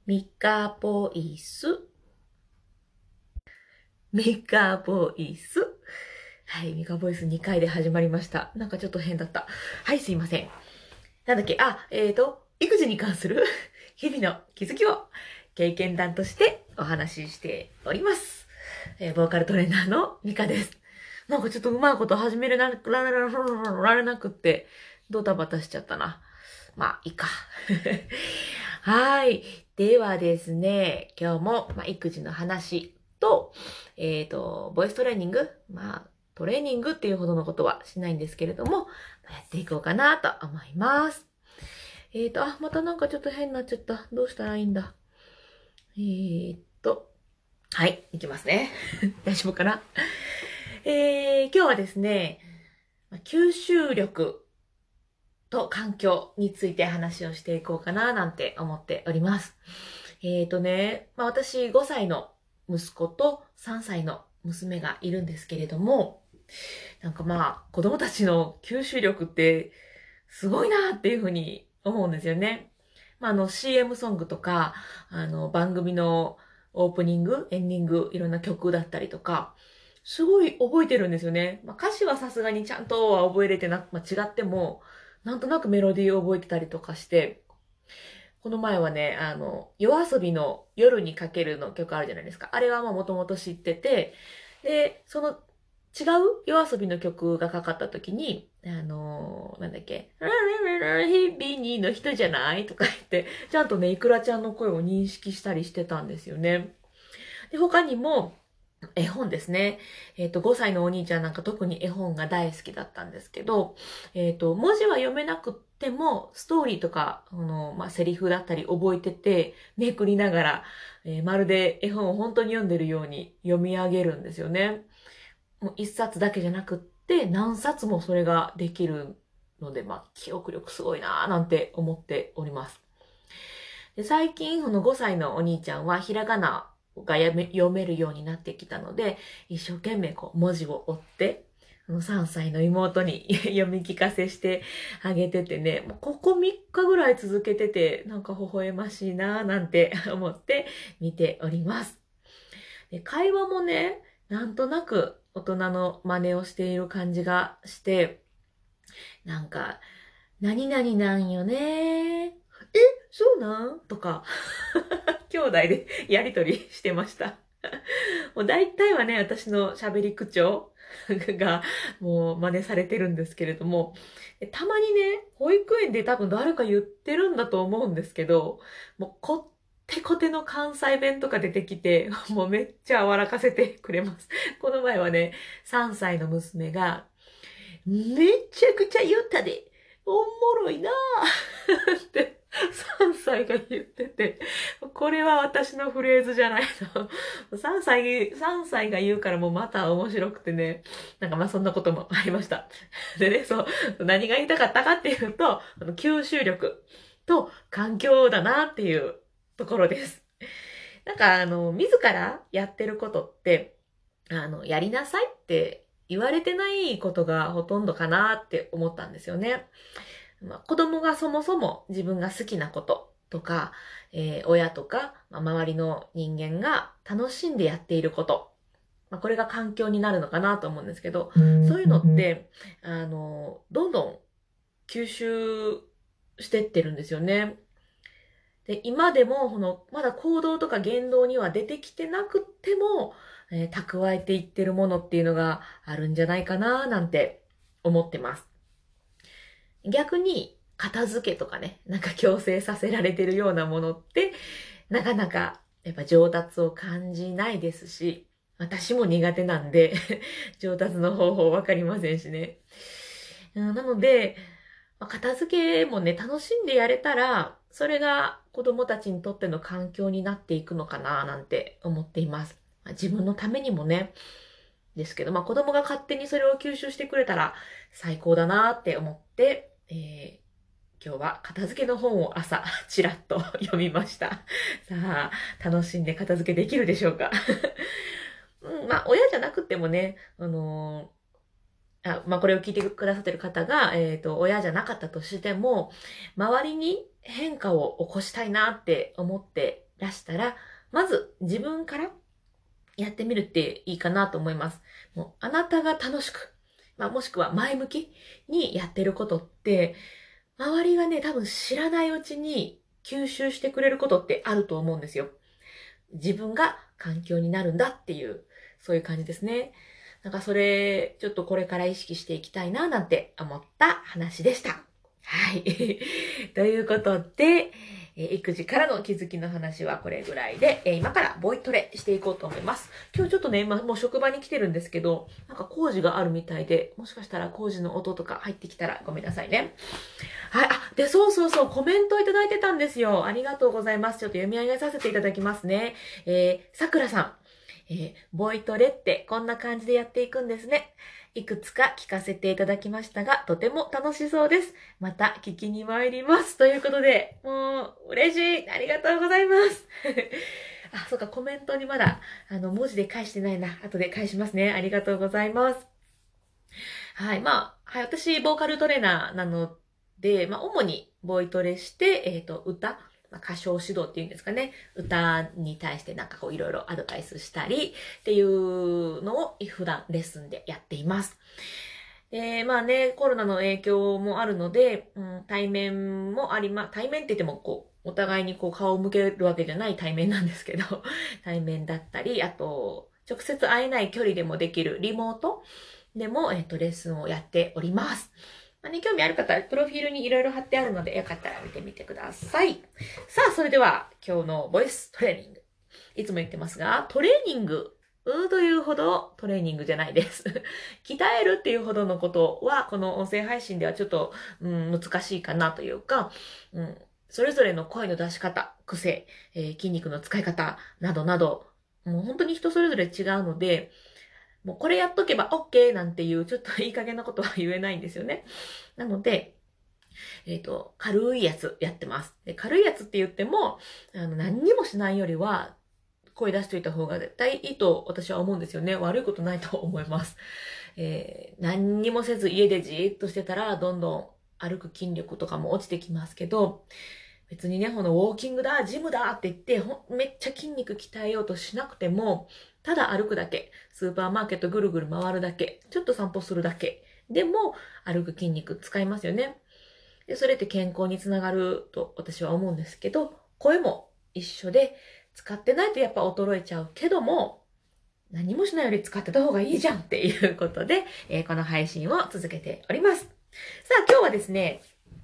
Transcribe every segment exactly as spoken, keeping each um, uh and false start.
ミカボイス。ミカボイス。はい、ミカボイスにかいで始まりました。なんかちょっと変だった。はい、すいません。なんだっけ、あ、えーと、育児に関する日々の気づきを経験談としてお話ししております。えーボーカルトレーナーのミカです。なんかちょっとうまいこと始めれなららららられなくって、ドタバタしちゃったな。まあ、いいか。はい。ではですね、今日も、まあ、育児の話と、えっと、ボイストレーニング、まあ、トレーニングっていうほどのことはしないんですけれども、まあやっていこうかなと思います。えっと、あ、またなんかちょっと変になっちゃった。どうしたらいいんだ。えーっと、はい、いきますね。大丈夫かな。えー、今日はですね、まあ吸収力と環境について話をしていこうかななんて思っております。えーとね、まあ私ごさいの息子とさんさいの娘がいるんですけれども、なんかまあ子供たちの吸収力ってすごいなっていうふうに思うんですよね。まああの シーエム ソングとか、あの番組のオープニング、エンディング、いろんな曲だったりとか、すごい覚えてるんですよね。まあ歌詞はさすがにちゃんとは覚えれてな、まあ、違っても、なんとなくメロディーを覚えてたりとかして、この前はね、あの、夜遊びの夜にかけるの曲あるじゃないですか。あれはまあもともと知ってて、で、その違う夜遊びの曲がかかった時に、あのーなんだっけ、ララララ日々にの人じゃないとか言って、ちゃんとね、いくらちゃんの声を認識したりしてたんですよね。で、他にも、絵本ですね。えっ、と、ごさいのお兄ちゃんなんか特に絵本が大好きだったんですけど、えっ、と、文字は読めなくっても、ストーリーとか、あの、まあ、セリフだったり覚えてて、めくりながら、えーまるで絵本を本当に読んでるように読み上げるんですよね。もう一冊だけじゃなくって、何冊もそれができるので、まあ、記憶力すごいなぁなんて思っております。で、最近、このごさいのお兄ちゃんは、ひらがながやめ読めるようになってきたので、一生懸命こう文字を追って、あのさんさいの妹に読み聞かせしてあげててね、もうここみっかぐらい続けてて、なんか微笑ましいなぁなんて思って見ております。で、会話もね、なんとなく大人の真似をしている感じがして、なんか、何々なんよね。え、そうなんとか、兄弟でやりとりしてました。もう大体はね、私の喋り口調がもう真似されてるんですけれども、たまにね、保育園で多分誰か言ってるんだと思うんですけど、もうこってこての関西弁とか出てきて、もうめっちゃ笑かせてくれます。この前はね、さんさいの娘が、めちゃくちゃ言ったで。おもろいなぁってさんさいが言ってて、これは私のフレーズじゃないの。さんさい、さんさいが言うからもうまた面白くてね。なんかまあそんなこともありました。でね、そう、何が言いたかったかっていうと、あの吸収力と環境だなっていうところです。なんかあの、自らやってることって、あの、やりなさいって言われてないことがほとんどかなって思ったんですよね。まあ、子供がそもそも自分が好きなこととか、えー親とか、まあ、周りの人間が楽しんでやっていること。まあ、これが環境になるのかなと思うんですけど、そういうのって、あの、どんどん吸収してってるんですよね。で、今でも、この、まだ行動とか言動には出てきてなくっても、えー蓄えていってるものっていうのがあるんじゃないかな、なんて思ってます。逆に、片付けとかね、なんか強制させられてるようなものって、なかなか、やっぱ上達を感じないですし、私も苦手なんで上達の方法わかりませんしね。うんなので、まあ片付けもね、楽しんでやれたら、それが子供たちにとっての環境になっていくのかな、なんて思っています。まあ自分のためにもね、ですけど、まあ子供が勝手にそれを吸収してくれたら最高だなって思って、えー今日は片付けの本を朝、ちらっと読みました。さあ、楽しんで片付けできるでしょうか。うん、まあ、親じゃなくてもね、あのーあ、まあ、これを聞いてくださってる方が、えっと、親じゃなかったとしても、周りに変化を起こしたいなって思ってらしたら、まず自分からやってみるっていいかなと思います。もうあなたが楽しく、まあ、もしくは前向きにやってることって、周りがね、多分知らないうちに吸収してくれることってあると思うんですよ。自分が環境になるんだっていう、そういう感じですね。なんかそれ、ちょっとこれから意識していきたいななんて思った話でした。はい。ということで、えー育児からの気づきの話はこれぐらいで、えー今からボイトレしていこうと思います。今日ちょっとね、今もう職場に来てるんですけど、なんか工事があるみたいで、もしかしたら工事の音とか入ってきたらごめんなさいね。はい。あ、で、そうそうそう、コメントいただいてたんですよ。ありがとうございます。ちょっと読み上げさせていただきますね。えー、さくらさん。えー、ボイトレってこんな感じでやっていくんですね。いくつか聞かせていただきましたが、とても楽しそうです。また聞きに参ります。ということで、もう、嬉しい。ありがとうございます。あ、そうか、コメントにまだ、あの、文字で返してないな。後で返しますね。ありがとうございます。はい。まあ、はい。私、ボーカルトレーナーなので、まあ、主にボイトレして、えっと、歌、まあ、歌唱指導っていうんですかね。歌に対してなんかこういろいろアドバイスしたりっていうのを普段レッスンでやっています。で、まあね、コロナの影響もあるので、うん、対面もありま、対面って言ってもこう、お互いにこう顔を向けるわけじゃない対面なんですけど、対面だったり、あと、直接会えない距離でもできるリモートでも、えっと、レッスンをやっております。まあね、興味ある方は、プロフィールにいろいろ貼ってあるので、よかったら見てみてください。さあ、それでは、今日のボイストレーニング。いつも言ってますが、トレーニングうーというほどトレーニングじゃないです。鍛えるっていうほどのことは、この音声配信ではちょっと、うん、難しいかなというか、うん、それぞれの声の出し方、癖、えー筋肉の使い方などなど、もう本当に人それぞれ違うので、もうこれやっとけば OK なんていうちょっといい加減なことは言えないんですよね。なので、えっ、と、軽いやつやってます。で、軽いやつって言っても、あの、何にもしないよりは、声出しといた方が絶対いいと私は思うんですよね。悪いことないと思います。えー、何にもせず家でじーっとしてたら、どんどん歩く筋力とかも落ちてきますけど、別にね、このウォーキングだ、ジムだって言って、ほめっちゃ筋肉鍛えようとしなくても、ただ歩くだけ、スーパーマーケットぐるぐる回るだけ、ちょっと散歩するだけ、でも歩く筋肉使いますよね。で、それって健康につながると私は思うんですけど、声も一緒で、使ってないとやっぱ衰えちゃうけども、何もしないより使ってた方がいいじゃんっていうことで、えーこの配信を続けております。さあ、今日はですね、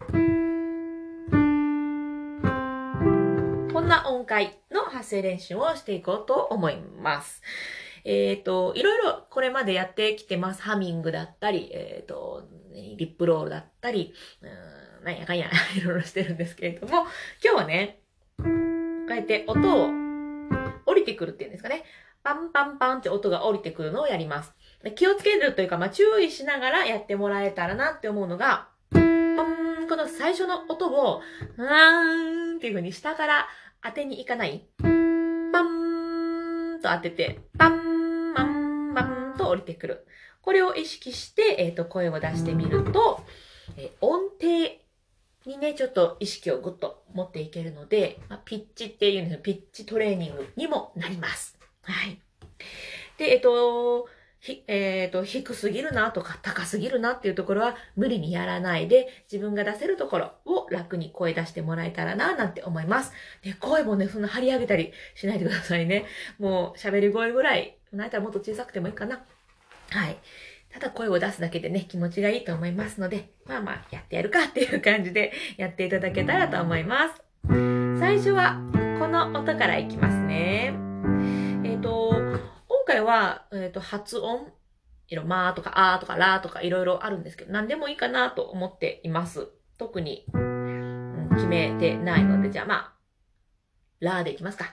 こんな音階の発声練習をしていこうと思います。えっ、と、いろいろこれまでやってきてます。ハミングだったり、えっ、と、リップロールだったり、うーんなんやかんやいろいろしてるんですけれども、今日はね、こうやって音を降りてくるっていうんですかね。パンパンパンって音が降りてくるのをやります。で気をつけるというか、まあ、注意しながらやってもらえたらなって思うのが、ポンこの最初の音を、うーんっていう風に下から当てに行かない。パンと当てて、パン、パン、パンと降りてくる。これを意識して、えっと、声を出してみると、えー音程にね、ちょっと意識をぐっと持っていけるので、まあ、ピッチっていうんですよ。ピッチトレーニングにもなります。はい。で、えっと、ひ、えっと、低すぎるなとか高すぎるなっていうところは無理にやらないで、自分が出せるところを楽に声出してもらえたらな、なんて思います。で、声もね、そんな張り上げたりしないでくださいね。もう喋り声ぐらい、なんやったらもっと小さくてもいいかな。はい。ただ声を出すだけでね、気持ちがいいと思いますので、まあまあ、やってやるかっていう感じでやっていただけたらと思います。最初は、この音からいきますね。えっと、今回は、えっと、発音、いろ、まーとかあーとからーとかいろいろあるんですけど、何でもいいかなと思っています。特に、うん、決めてないので、じゃあまあ、らーでいきますか。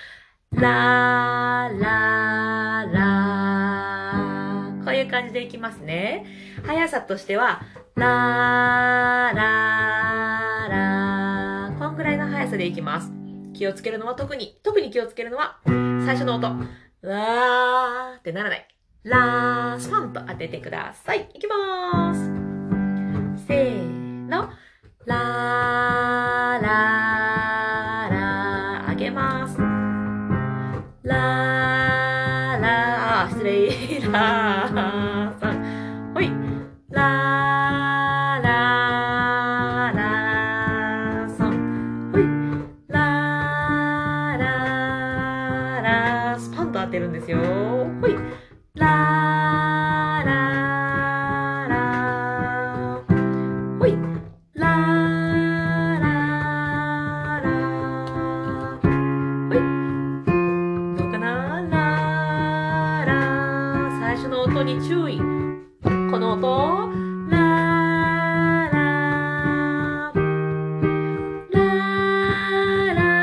らー、らー、らー。こういう感じでいきますね。速さとしては、らー、らー、らー。こんぐらいの速さでいきます。気をつけるのは特に、特に気をつけるのは、最初の音。らーってならない。らー、スパンと当ててください。いきまーす。せーの。らー、らー、らー。上けます。ラーラー、失礼、ラーさん。ほい。ラーラーラーさん。ほい。ラーラーラー、スパンと当てるんですよ。ほい。ラーラーラー。ほい。ラーラーラー。ほい。どうかな？ラーラー。最初の音に注意。この音。ラーラー。ラーラーラ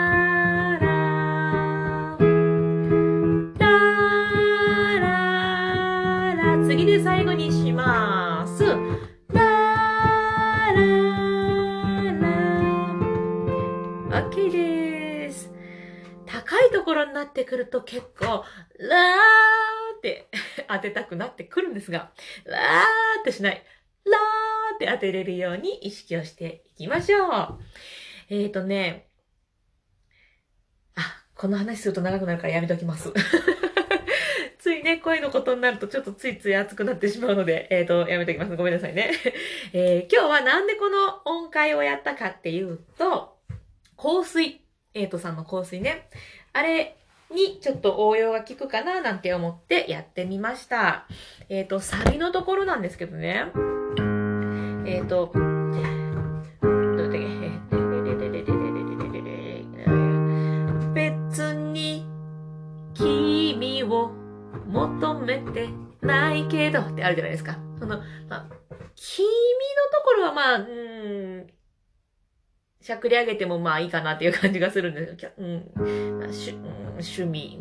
ー。ラーラーラー。次で最後にします。ラーラーラー。OK です。高いところになってくると結構、ラーって当てたくなってくるんですが、ラーってしない。ラーって当てれるように意識をしていきましょう。えーとね、あ、この話すると長くなるからやめときます。ついね、声のことになるとちょっとついつい熱くなってしまうので、えーと、やめときます。ごめんなさいね。えー、今日はなんでこの音階をやったかっていうと、香水。エイトさんの香水ね。あれにちょっと応用が効くかななんて思ってやってみました。えっと、サビのところなんですけどね。えっと、別に君を求めてないけどってあるじゃないですか。その、まあ、君のところはまあ、うーん、しゃくり上げてもまあいいかなっていう感じがするんですけど、うん、趣、うん、趣味、うん、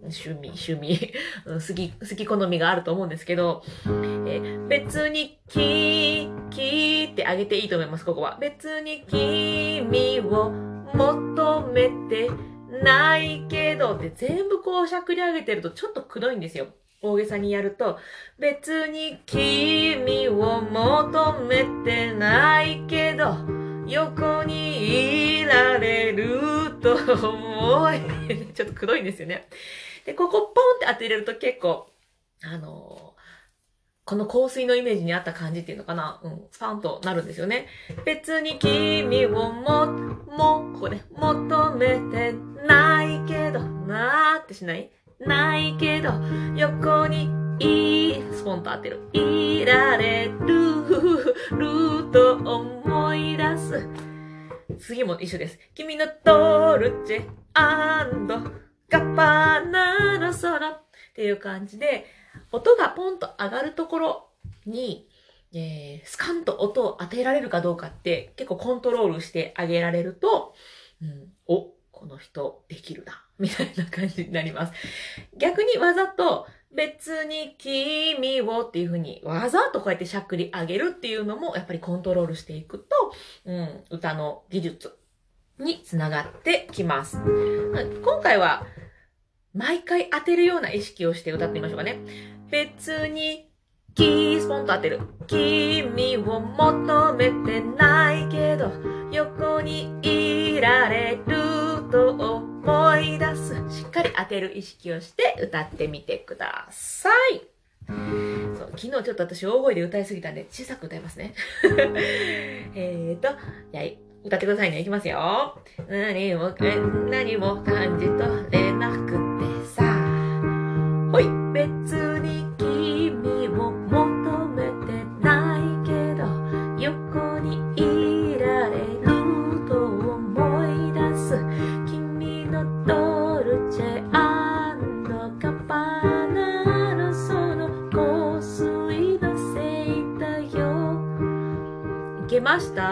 趣味、趣味、好き、好き好みがあると思うんですけど、え別にき、きってあげていいと思います、ここは。別に君を求めてないけどって全部こうしゃくり上げてるとちょっとくどいんですよ。大げさにやると、別に君を求めてないけど、横にいられると思い、ちょっとくどいんですよね。で、ここポンって当てれると結構、あのー、この香水のイメージに合った感じっていうのかな、うん、スパンとなるんですよね。別に君をも、も、ここね、求めてないけど、なーってしないないけど、横にい、スポンと当てる。いられる、ると思い出す。次も一緒です。君のドルチェ&ガッパーナの空っていう感じで、音がポンと上がるところに、えー、スカンと音を当てられるかどうかって結構コントロールしてあげられると、うん、お、この人できるな、みたいな感じになります。逆にわざと別に君をっていう風にわざとこうやってしゃっくり上げるっていうのもやっぱりコントロールしていくと、うん、歌の技術につながってきます。今回は毎回当てるような意識をして歌ってみましょうかね。別にキースポンと当てる。君を求めてないけど、横にいられると思い出す。しっかり当てる意識をして歌ってみてください。そう、昨日ちょっと私大声で歌いすぎたんで小さく歌いますね。えーと、じゃあ歌ってくださいね。いきますよ。何も、何も感じ取れなくてさ。ほい。別に君を求めてないけど、横にいられると思い出す。君のドルチェ&ガッパーナのその香水のせいだよ。いけました？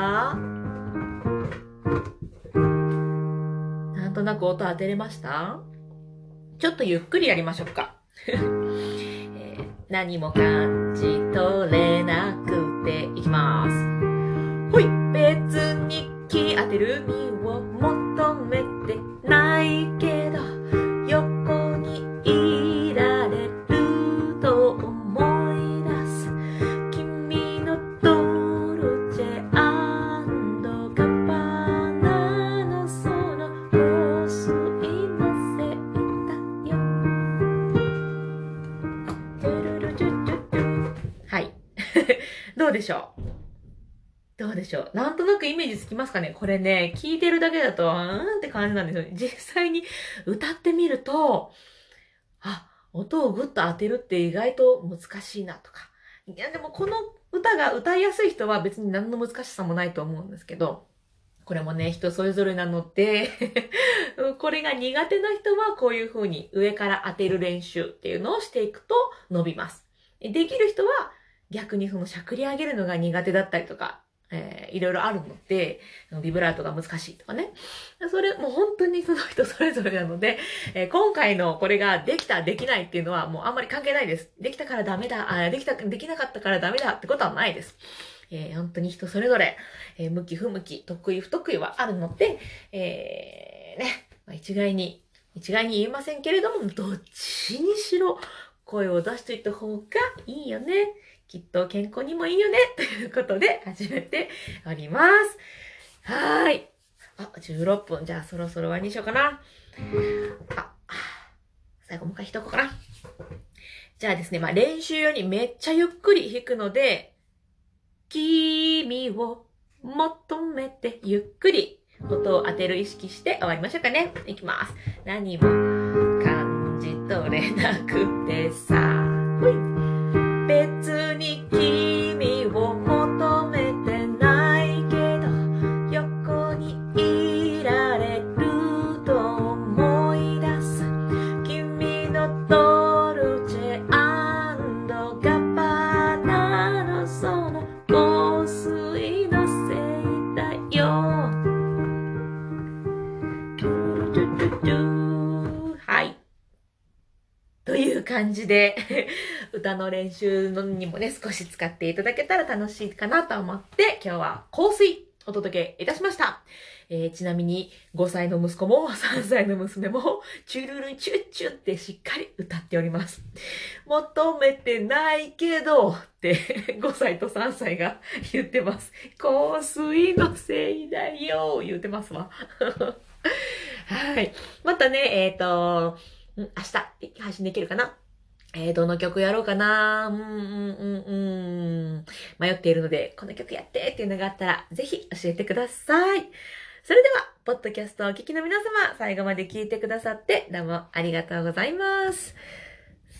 なんとなく音当てれました？ちょっとゆっくりやりましょうか。えー、何も感じ取れなくていきます。ほい。別に気当てる身を求めてないけど、横にいられると思い出す。君のドルチェ&ガッパーナのその香しょう？どうでしょう？なんとなくイメージつきますかね？これね、聞いてるだけだと、うーんって感じなんですよね。実際に歌ってみると、あ、音をグッと当てるって意外と難しいなとか。いや、でもこの歌が歌いやすい人は別に何の難しさもないと思うんですけど、これもね、人それぞれなので、これが苦手な人はこういう風に上から当てる練習っていうのをしていくと伸びます。できる人は逆にそのしゃくり上げるのが苦手だったりとか、えー、いろいろあるので、ビブラートが難しいとかね。それ、もう本当にその人それぞれなので、えー、今回のこれができた、できないっていうのはもうあんまり関係ないです。できたからダメだ、あできた、できなかったからダメだってことはないです。えー、本当に人それぞれ、えー、向き不向き、得意不得意はあるので、えー、ね、まあ、一概に、一概に言えませんけれども、どっちにしろ声を出していった方がいいよね。きっと健康にもいいよね。ということで始めております。はーい。あ、じゅうろっぷん。じゃあそろそろ終わりにしようかな。あ、最後もう一回弾こうかな。じゃあですね、まあ練習よりめっちゃゆっくり弾くので、君を求めてゆっくり音を当てる意識して終わりましょうかね。いきます。何も感じ取れなくてさ。ほい。別に君を求めてないけど、横にいられると思い出す。君のドルチェ&ガバナのその香水のせいだよ。はい。という感じで、歌の練習のにもね、少し使っていただけたら楽しいかなと思って、今日は香水お届けいたしました。えー、ちなみにごさいの息子もさんさいの娘もチュルルチュッチュってしっかり歌っております。求めてないけどってごさいとさんさいが言ってます。香水のせいだよ言ってますわ。はい。またね、えっと、明日配信できるかな？えー、どの曲やろうかな？うん、うん、うん、うん。迷っているので、この曲やってっていうのがあったら、ぜひ教えてください。それでは、ポッドキャストをお聞きの皆様、最後まで聞いてくださって、どうもありがとうございます。